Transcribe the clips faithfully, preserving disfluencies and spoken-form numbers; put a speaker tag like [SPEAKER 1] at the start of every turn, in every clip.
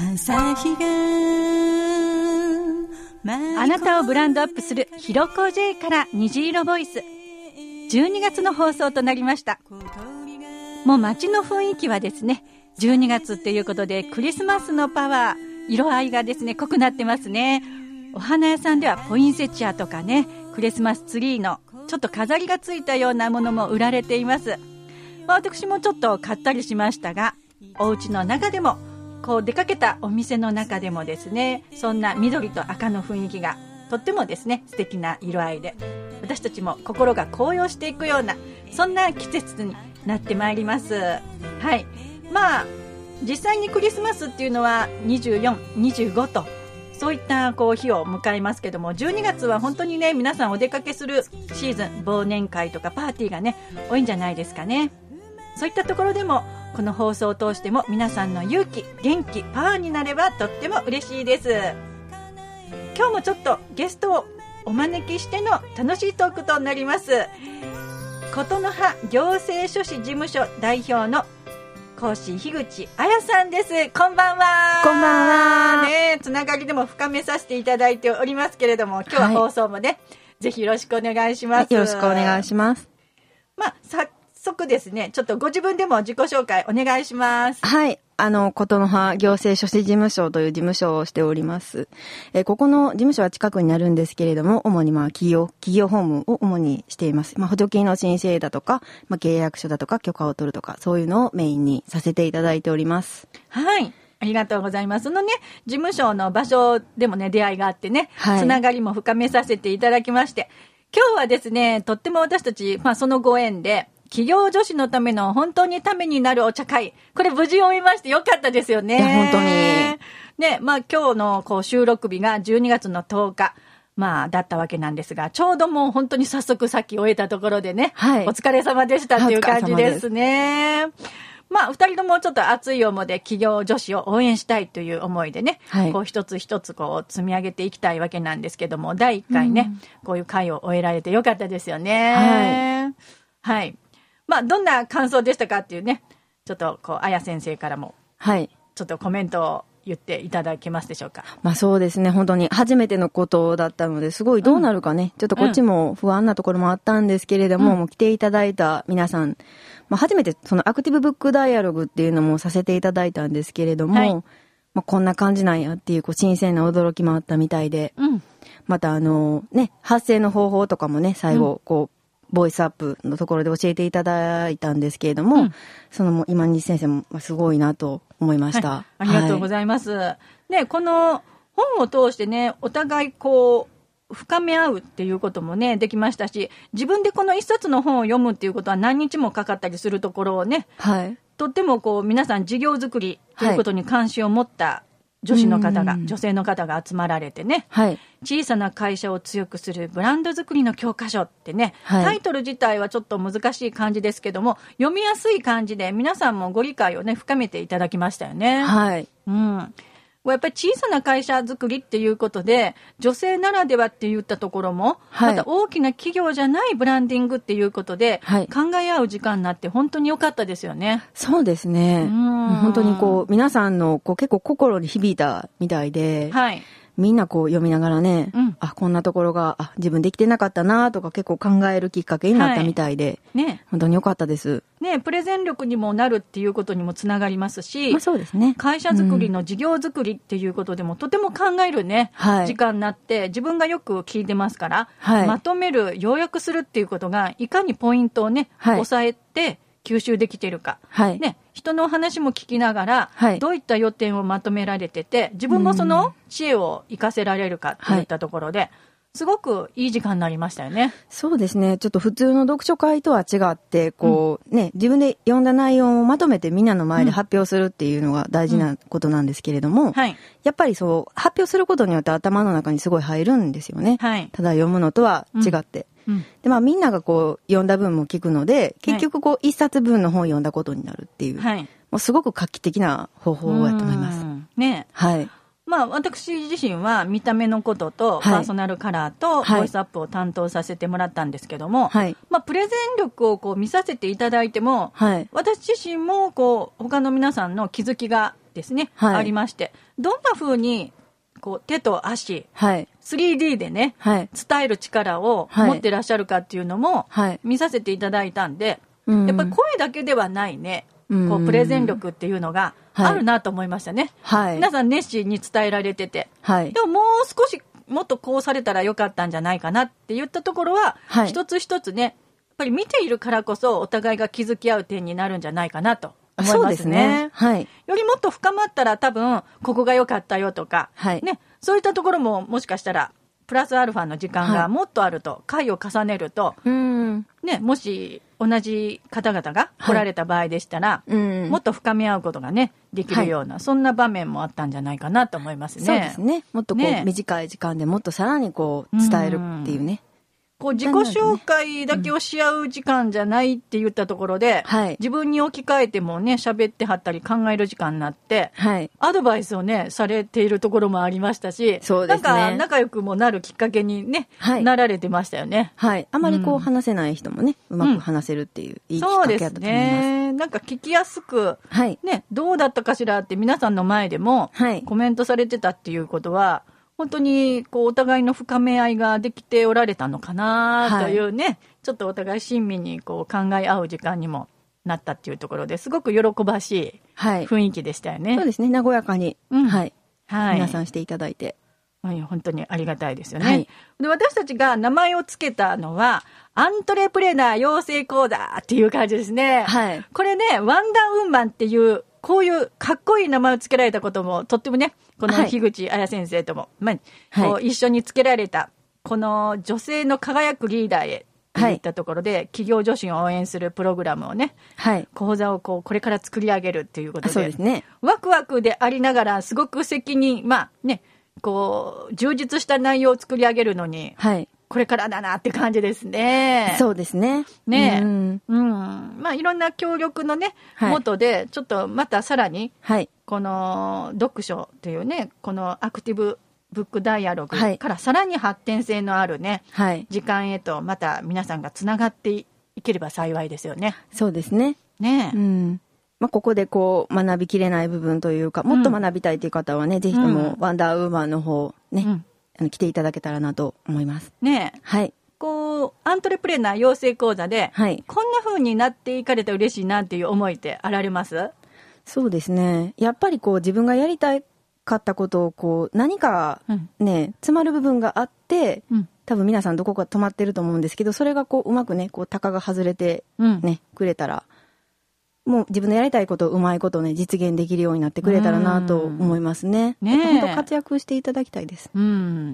[SPEAKER 1] 朝日が
[SPEAKER 2] あなたをブランドアップするひろこ J から虹色ボイス、じゅうにがつの放送となりました。もう街の雰囲気はですね、じゅうにがつっていうことでクリスマスのパワー、色合いがですね濃くなってますね。お花屋さんではポインセチアとかね、クリスマスツリーのちょっと飾りがついたようなものも売られています。まあ、私もちょっと買ったりしましたが、お家の中でもこう出かけたお店の中でもですね、そんな緑と赤の雰囲気がとってもですね素敵な色合いで、私たちも心が高揚していくようなそんな季節になってまいります。はい、まあ実際にクリスマスっていうのはにじゅうよん、にじゅうごとそういったこう日を迎えますけども、じゅうにがつは本当にね皆さんお出かけするシーズン、忘年会とかパーティーがね多いんじゃないですかね。そういったところでもこの放送を通しても皆さんの勇気、元気、パワーになればとっても嬉しいです。今日もちょっとゲストをお招きしての楽しいトークとなります。琴の葉行政書士事務所代表の講師樋口彩さんです。こんばんは。
[SPEAKER 3] こんばんは、
[SPEAKER 2] ね、つながりでも深めさせていただいておりますけれども、今日は放送もね、はい、ぜひよろしくお願いします。
[SPEAKER 3] はい、よろしくお願いします。
[SPEAKER 2] まあさ早速ですね、ちょっとご自分でも自己紹介お願いします。
[SPEAKER 3] はい。あの、琴の葉行政書士事務所という事務所をしております。えー、ここの事務所は近くになるんですけれども、主にまあ企業、企業法務を主にしています。まあ補助金の申請だとか、まあ契約書だとか許可を取るとか、そういうのをメインにさせていただいております。
[SPEAKER 2] はい。ありがとうございます。そのね、事務所の場所でもね、出会いがあってね、はい、つながりも深めさせていただきまして、今日はですね、とっても私たち、まあそのご縁で、企業女子のための本当にためになるお茶会、これ無事を見ましてよかったですよね。
[SPEAKER 3] いや本当に
[SPEAKER 2] ね、まあ今日のこう収録日がじゅうにがつのとおか、まあだったわけなんですが、ちょうどもう本当に早速さっき終えたところでね、はい、お疲れ様でしたっていう感じですね。まあ二人ともちょっと熱い思いで企業女子を応援したいという思いでね、はい、こう一つ一つこう積み上げていきたいわけなんですけども、だいいっかいね、うん、こういう会を終えられてよかったですよね。はい。はい。まあ、どんな感想でしたかっていうね、ちょっとこうあや先生からも、はい、ちょっとコメントを言っていただけますでしょうか。
[SPEAKER 3] まあそうですね、本当に初めてのことだったのですごいどうなるかね、うん、ちょっとこっちも不安なところもあったんですけれども、うん、もう来ていただいた皆さん、まあ、初めてそのアクティブブックダイアログっていうのもさせていただいたんですけれども、はい、まあ、こんな感じなんやっていう、こう新鮮な驚きもあったみたいで、うん、またあのね、発声の方法とかもね、最後こう、うん、ボイスアップのところで教えていただいたんですけれども、うん、そのもう今西先生もすごいなと思いました。はい、
[SPEAKER 2] ありがとうございます。はい、ね、この本を通してね、お互いこう深め合うっていうこともねできましたし、自分でこの一冊の本を読むっていうことは何日もかかったりするところをね、はい、とってもこう皆さん事業作りということに関心を持った女子の方が、女性の方が集まられてね、はい、小さな会社を強くするブランド作りの教科書ってね、はい、タイトル自体はちょっと難しい感じですけども、読みやすい感じで皆さんもご理解をね深めていただきましたよね。はい、うん、やっぱり小さな会社作りっていうことで女性ならではって言ったところも、はい、また大きな企業じゃないブランディングっていうことで、はい、考え合う時間になって本当に良かったですよね。
[SPEAKER 3] そうですね、うん、本当にこう皆さんのこう結構心に響いたみたいで、はい、みんなこう読みながらね、うん、あ、こんなところがあ自分できてなかったなとか結構考えるきっかけになったみたいで、はい、ね、本当に良かったです。
[SPEAKER 2] ね、プレゼン力にもなるっていうことにもつながりますし、
[SPEAKER 3] まあ、そうですね、
[SPEAKER 2] 会社作りの事業作りっていうことでも、うん、とても考えるね、はい、時間になって自分がよく聞いてますから、はい、まとめる、要約するっていうことがいかにポイントをね、はい、抑えて吸収できているか、はい、ね、人の話も聞きながら、はい、どういった要点をまとめられてて自分もその知恵を生かせられるかといったところで、はい、すごくいい時間になりましたよね。
[SPEAKER 3] そうですね、ちょっと普通の読書会とは違ってこう、うん、ね、自分で読んだ内容をまとめてみんなの前で発表するっていうのが大事なことなんですけれども、うんうん、はい、やっぱりそう発表することによって頭の中にすごい入るんですよね、はい、ただ読むのとは違って、うんうん、でまあ、みんながこう読んだ文も聞くので結局こう一冊分の本を読んだことになるっていう、はい、もうすごく画期的な方法だと思います。
[SPEAKER 2] ね、はい、まあ、私自身は見た目のこととパーソナルカラーとボイスアップを担当させてもらったんですけども、はい、まあ、プレゼン力をこう見させていただいても、はい、私自身もこう他の皆さんの気づきがですね、はい、ありまして、 どんな風にこう手と足、
[SPEAKER 3] はい、
[SPEAKER 2] スリーディー でね、はい、伝える力を持ってらっしゃるかっていうのも見させていただいたんで、はい、やっぱり声だけではないね、うん、こうプレゼン力っていうのがあるなと思いましたね、はい、皆さん熱心に伝えられてて、はい、でももう少しもっとこうされたらよかったんじゃないかなって言ったところは、はい、一つ一つね、やっぱり見ているからこそお互いが気づき合う点になるんじゃないかなと思いますね。そうですね。はい。よりもっと深まったら多分ここが良かったよとか、はい、ね、そういったところももしかしたらプラスアルファの時間がもっとあると、はい、回を重ねると、うんね、もし同じ方々が来られた場合でしたら、はい、うんもっと深め合うことがねできるような、はい、そんな場面もあったんじゃないかなと思いますね。
[SPEAKER 3] そうですね。もっとこう、ね、短い時間でもっとさらにこう伝えるっていうね。
[SPEAKER 2] こう自己紹介だけをし合う時間じゃないって言ったところで、うん、自分に置き換えてもね喋ってはったり考える時間になって、はい、アドバイスをねされているところもありましたし、そうですね、なんか仲良くもなるきっかけに、ねはい、なられてましたよね。
[SPEAKER 3] はい、あまりこう話せない人もね、うん、うまく話せるっていう、いいきっかけだったと思います。そうですね。なんか聞きやすく、はいね、どうだったかしらって皆さんの前でもコメントされてたっていうことは、本当にこうお互いの深め合いができておられたのかなというね、はい、ちょっとお互い親身にこう考え合う時間にもなったっていうところですごく喜ばしい雰囲気でしたよね。はい、 そうですね、和やかに、うんはいはい、皆さんしていただいて、
[SPEAKER 2] はい、本当にありがたいですよね。はい、で私たちが名前をつけたのはアントレプレナー養成講座っていう感じですね。はい、これねワンダーウーマンっていうこういうかっこいい名前をつけられたこともとってもね、この樋口彩先生とも、はい、まあ、こう一緒につけられたこの女性の輝くリーダーへといったところで、はい、企業女子を応援するプログラムをね、はい、講座をこうこれから作り上げるっていうことで、そうですね、ワクワクでありながらすごく責任、まあね、こう充実した内容を作り上げるのに、はい、これからだなって感じですね。
[SPEAKER 3] そうですね。
[SPEAKER 2] ねえ、うん、うん、まあいろんな協力のね、はい、元でちょっとまたさらに、はい、この読書というね、このアクティブブックダイアログからさらに発展性のあるね、はい、時間へとまた皆さんがつながっていければ幸いですよね。
[SPEAKER 3] そうですね。ねえ、うん。まあ、ここでこう学びきれない部分というか、もっと学びたいという方はね、うん、ぜひともワンダーウーマンの方ね。うん来ていただけたらなと思います。ねえ。はい。こう、アントレプレナー養成講座で、はい、こんな風になっていかれたら嬉しいなっていう思いってあられます？そうですね。やっぱりこう自分がやりたかったことをこう何かね、うん、詰まる部分があって、うん、多分皆さんどこか止まってると思うんですけど、それがこううまくね、こう鷹が外れてね、うん、くれたら、もう自分のやりたいことをうまいことね実現できるようになってくれたらなと思いますね。ねえ、本当活躍していただきたいです。
[SPEAKER 2] うん、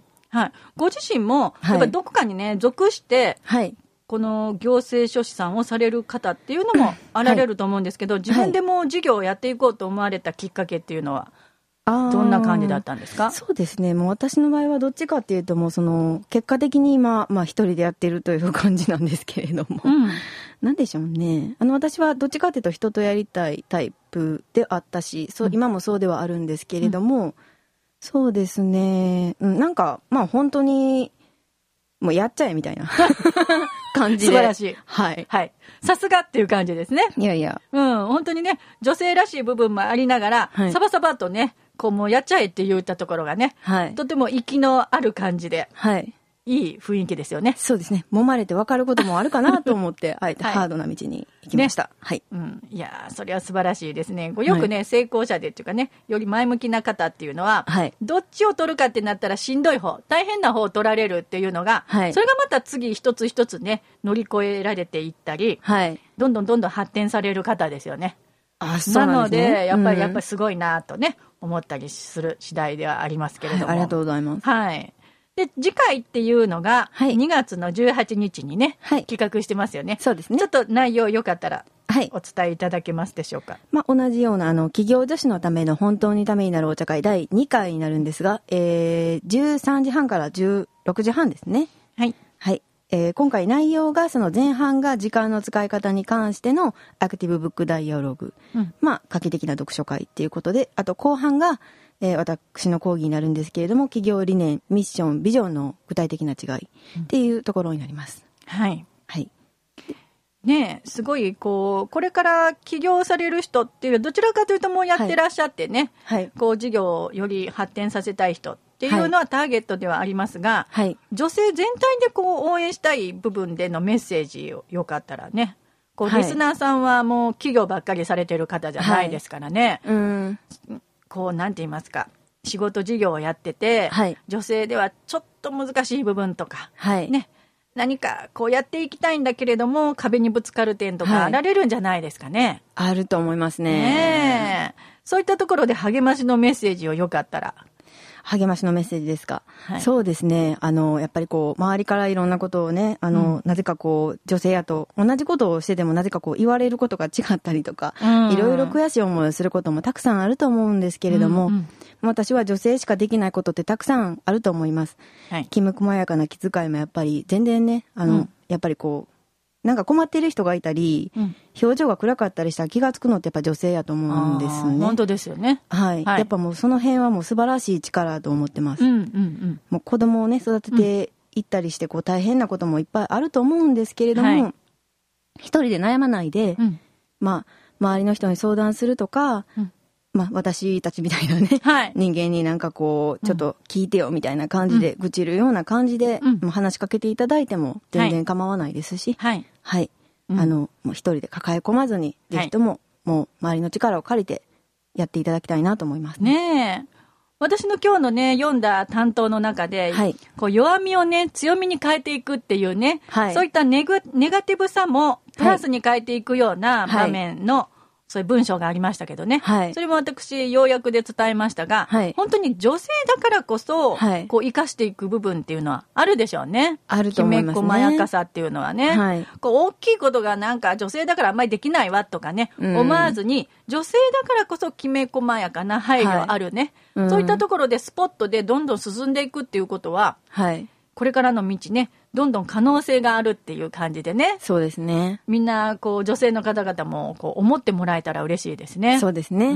[SPEAKER 2] はい。ご自身もやっぱりどこかにね、はい、属して、はい、この行政書士さんをされる方っていうのもあられると思うんですけど、はい、自分でも事業をやっていこうと思われたきっかけっていうのはどんな感じだったんですか？
[SPEAKER 3] そうですね。もう私の場合はどっちかっていうともうその結果的に今まあ一人でやってるという感じなんですけれども、うん、なんでしょうね。あの私はどっちかっていうと人とやりたいタイプであったし、そう、うん、今もそうではあるんですけれども、うん、そうですね。うん、なんかまあ本当にもうやっちゃえみたいな感じで。
[SPEAKER 2] 素晴らしい。はい。はい。さすがっていう感じですね。
[SPEAKER 3] いやいや。
[SPEAKER 2] うん、本当にね、女性らしい部分もありながら、はい、サバサバとね、こうもうやっちゃえって言ったところがね、はい、とても息のある感じで、はい、いい雰囲気ですよね。
[SPEAKER 3] そうですね。揉まれて分かることもあるかなと思って、あえてハードな道に行きました。はい。
[SPEAKER 2] ね、はい、うん。いやー、それは素晴らしいですね。よくね、はい、成功者でっていうかね、より前向きな方っていうのは、はい、どっちを取るかってなったらしんどい方、大変な方を取られるっていうのが、はい、それがまた次一つ一つね、乗り越えられていったり、はい、どんどんどんどん発展される方ですよね。
[SPEAKER 3] あ、そうなんですね。
[SPEAKER 2] なので、やっぱり、うん、やっぱりすごいなとね、思ったりする次第ではありますけれども。
[SPEAKER 3] はい、ありがとうございます。
[SPEAKER 2] はい。で、次回っていうのが、にがつのじゅうはちにちにね、はい、企画してますよね。
[SPEAKER 3] そうですね。
[SPEAKER 2] ちょっと内容よかったら、お伝えいただけますでしょうか。
[SPEAKER 3] まあ、同じような、あの、企業女子のための本当にためになるお茶会だいにかいになるんですが、えー、じゅうさんじはんからじゅうろくじはんですね。はい。はい。えー、今回内容がその前半が時間の使い方に関してのアクティブブックダイアログ、うん、まあ画期的な読書会っていうことで、あと後半が、えー、私の講義になるんですけれども、企業理念、ミッション、ビジョンの具体的な違いっていうところになります。
[SPEAKER 2] うん、はい。
[SPEAKER 3] はい。
[SPEAKER 2] ねえ、すごい、こう、これから起業される人っていう、どちらかというともうやってらっしゃってね、はい、こう、事業をより発展させたい人っていうのはターゲットではありますが、はい、女性全体でこう、応援したい部分でのメッセージをよかったらね、こう、リスナーさんはもう企業ばっかりされてる方じゃないですからね、はい、うん、こう、なんて言いますか、仕事事業をやってて、はい、女性ではちょっと難しい部分とか、はい、ね、何かこうやっていきたいんだけれども壁にぶつかる点とかあられるんじゃないですかね。
[SPEAKER 3] はい、あると思いますね。
[SPEAKER 2] ねえ、そういったところで励ましのメッセージをよかったら。
[SPEAKER 3] 励ましのメッセージですか。はい、そうですね。あの、やっぱりこう、周りからいろんなことをね、あの、うん、なぜかこう、女性やと、同じことをしててもなぜかこう、言われることが違ったりとか、いろいろ悔しい思いをすることもたくさんあると思うんですけれども、うんうん、私は女性しかできないことってたくさんあると思います。はい、きめ細やかな気遣いもやっぱり、全然ね、あの、うん、やっぱりこう、なんか困っている人がいたり、うん、表情が暗かったりしたら気がつくのってやっぱ女性やと思うんですね。
[SPEAKER 2] 本当ですよね。
[SPEAKER 3] はい。はい、やっぱもうその辺はもう素晴らしい力だと思ってます。うんうんうん、もう子供をね、育てていったりして、こう大変なこともいっぱいあると思うんですけれども、はい、一人で悩まないで、うん、まあ、周りの人に相談するとか、うん、まあ、私たちみたいなね、はい、人間になんかこうちょっと聞いてよみたいな感じで、うん、愚痴るような感じで、うん、話しかけていただいても全然構わないですし、はい、はい、うん、あのもう一人で抱え込まずに、ぜひとも、はい、もう周りの力を借りてやっていただきたいなと思いますね。
[SPEAKER 2] ねえ、私の今日のね読んだ担当の中で、はい、こう弱みをね強みに変えていくっていうね、はい、そういったネグ、ネガティブさもプラスに変えていくような場面の、はい、そういう文章がありましたけどね、はい、それも私要約で伝えましたが、はい、本当に女性だからこそ、はい、こう生かしていく部分っていうのはあるでしょうね。
[SPEAKER 3] あると思いますね。
[SPEAKER 2] きめ細やかさっていうのはね、はい、こう大きいことがなんか女性だからあんまりできないわとかね、うん、思わずに女性だからこそきめ細やかな配慮あるね、はい、そういったところでスポットでどんどん進んでいくっていうことは、はい、これからの道ね、どんどん可能性があるっていう感じでね。
[SPEAKER 3] そうですね。
[SPEAKER 2] みんなこう女性の方々もこう思ってもらえたら嬉しいですね。
[SPEAKER 3] そうですね。
[SPEAKER 2] うん、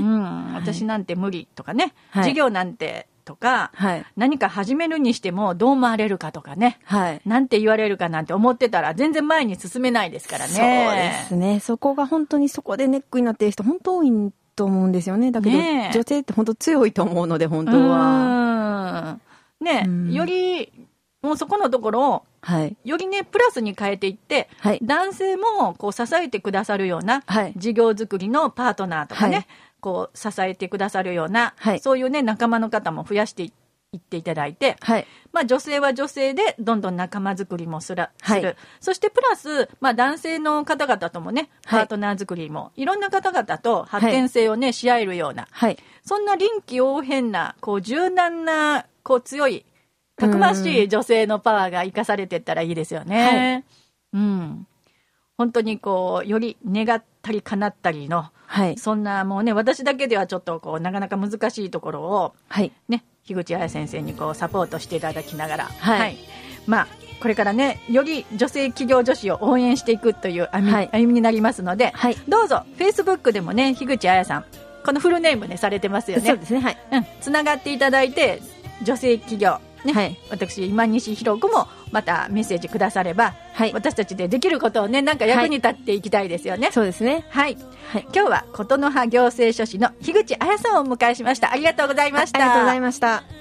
[SPEAKER 2] 私なんて無理とかね、はい、事業なんてとか、はい、何か始めるにしてもどう思われるかとかね、はい、なんて言われるかなんて思ってたら全然前に進めないですからね。
[SPEAKER 3] そうですね。そこが本当にそこでネックになっている人本当多いと思うんですよね。だけど、ね、女性って本当強いと思うので本当は。
[SPEAKER 2] うんね、うん、よりもうそこのところを、はい、よりねプラスに変えていって、はい、男性もこう支えてくださるような、はい、事業作りのパートナーとかね、はい、こう支えてくださるような、はい、そういうね仲間の方も増やしていっていただいて、はい、まあ、女性は女性でどんどん仲間作りもする、はい、そしてプラス、まあ、男性の方々ともねパートナー作りも、いろんな方々と発展性をね、はい、し合えるような、はい、そんな臨機応変なこう柔軟なこう強いたくましい女性のパワーが生かされていったらいいですよね。はい、うん。本当にこうより願ったり叶ったりの、はい、そんなもうね私だけではちょっとこうなかなか難しいところを、はい、ね、樋口彩先生にこうサポートしていただきながら、はいはい、まあこれからねより女性企業女子を応援していくという歩み、はい、歩みになりますので、はい、どうぞフェイスブックでもね樋口彩さんこのフルネームねされてますよね。
[SPEAKER 3] そうですね、はい、
[SPEAKER 2] うん、つながっていただいて女性企業ね、はい、私今西弘子もまたメッセージくだされば、はい、私たちでできることをねなんか役に立っていきたいですよね。はい、
[SPEAKER 3] そうですね、
[SPEAKER 2] はい、はい、今日は琴の葉行政書士の樋口彩さんをお迎えしました。ありがとうございました。
[SPEAKER 3] ありがとうございました。